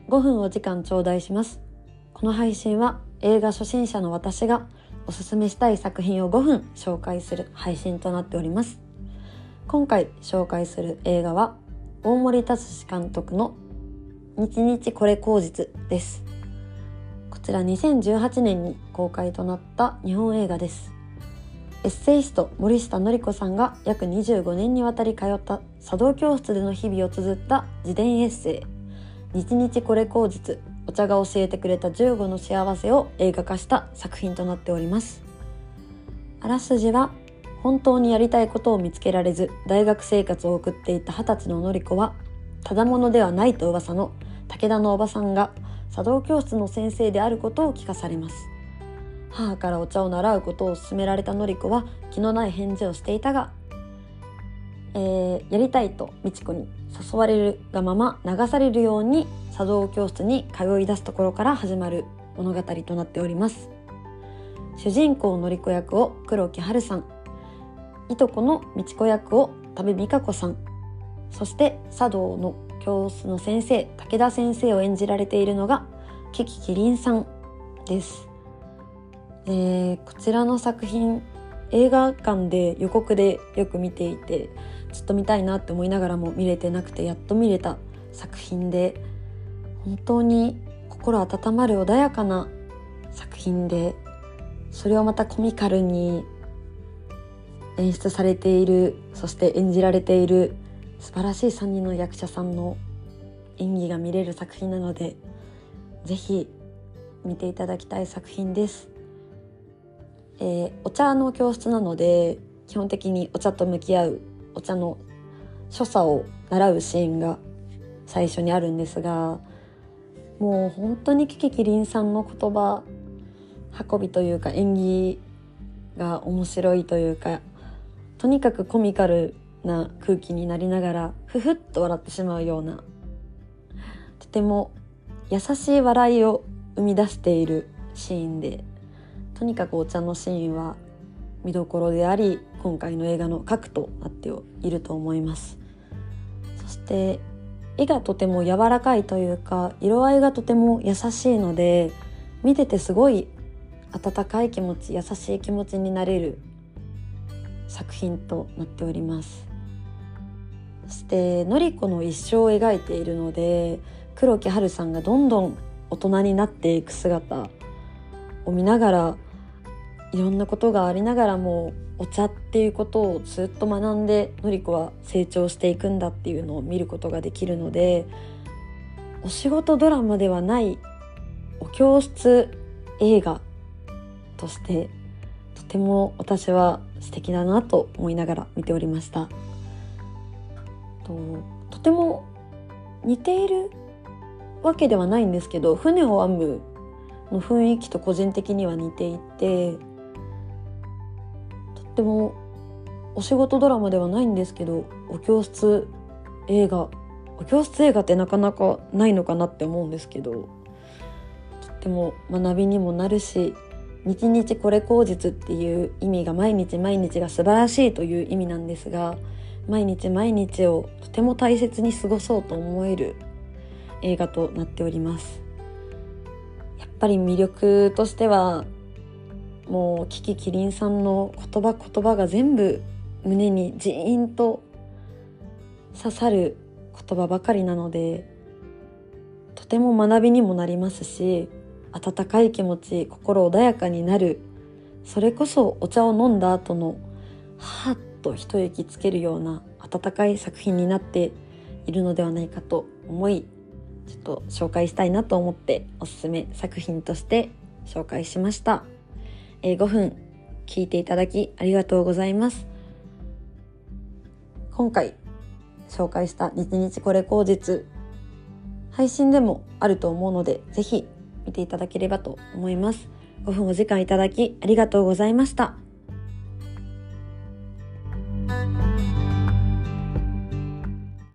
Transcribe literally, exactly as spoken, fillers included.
ごふんお時間頂戴します。この配信は映画初心者の私がおすすめしたい作品をごふん紹介する配信となっております。今回紹介する映画は大森達史監督の日日これ口実です。こちらにせんじゅうはちねんに公開となった日本映画です。エッセイスト森下典子さんが約にじゅうごねんにわたり通った茶道教室での日々を綴った自伝エッセイ、日日これ口実、お茶が教えてくれたじゅうごの幸せを映画化した作品となっております。あらすじは、本当にやりたいことを見つけられず大学生活を送っていた二十歳の典子は、ただものではないと噂の武田のおばさんが茶道教室の先生であることを聞かされます。母からお茶を習うことを勧められた典子は気のない返事をしていたが、えー、やりたいと美智子に誘われるがまま流されるように茶道教室に通い出すところから始まる物語となっております。主人公典子役を黒木華さん、いとこの美智子役を多部未華子さん、そして茶道の教室の先生武田先生を演じられているのが樹木希林さんです。えー、こちらの作品、映画館で予告でよく見ていて、ちょっと見たいなって思いながらも見れてなくて、やっと見れた作品で、本当に心温まる穏やかな作品で、それをまたコミカルに演出されている、そして演じられている素晴らしいさんにんの役者さんの演技が見れる作品なので、ぜひ見ていただきたい作品です。えー、お茶の教室なので、基本的にお茶と向き合う、お茶の所作を習うシーンが最初にあるんですが、もう本当に樹木希林さんの言葉運びというか演技が面白いというか、とにかくコミカルな空気になりながらふふっと笑ってしまうような、とても優しい笑いを生み出しているシーンで、とにかくお茶のシーンは見どころであり、今回の映画の核となっていると思います。そして絵がとても柔らかいというか、色合いがとても優しいので、見ててすごい温かい気持ち、優しい気持ちになれる作品となっております。そして典子の一生を描いているので、黒木華さんがどんどん大人になっていく姿を見ながら、いろんなことがありながらもお茶っていうことをずっと学んで典子は成長していくんだっていうのを見ることができるので、お仕事ドラマではないお教室映画としてとても私は素敵だなと思いながら見ておりました。と、とても似ているわけではないんですけど、船を編むの雰囲気と個人的には似ていて、とってもお仕事ドラマではないんですけど、お教室映画お教室映画ってなかなかないのかなって思うんですけど、とっても学びにもなるし、日日これ口実っていう意味が毎日毎日が素晴らしいという意味なんですが、毎日毎日をとても大切に過ごそうと思える映画となっております。やっぱり魅力としては、もう樹木希林さんの言葉言葉が全部胸にジーンと刺さる言葉ばかりなので、とても学びにもなりますし、温かい気持ち、心穏やかになる、それこそお茶を飲んだ後のはーっと一息つけるような温かい作品になっているのではないかと思い、ちょっと紹介したいなと思っておすすめ作品として紹介しました。えー、ごふん聞いていただきありがとうございます。今回紹介した日日これ口実、配信でもあると思うので、ぜひ見ていただければと思います。ごふんお時間いただきありがとうございました。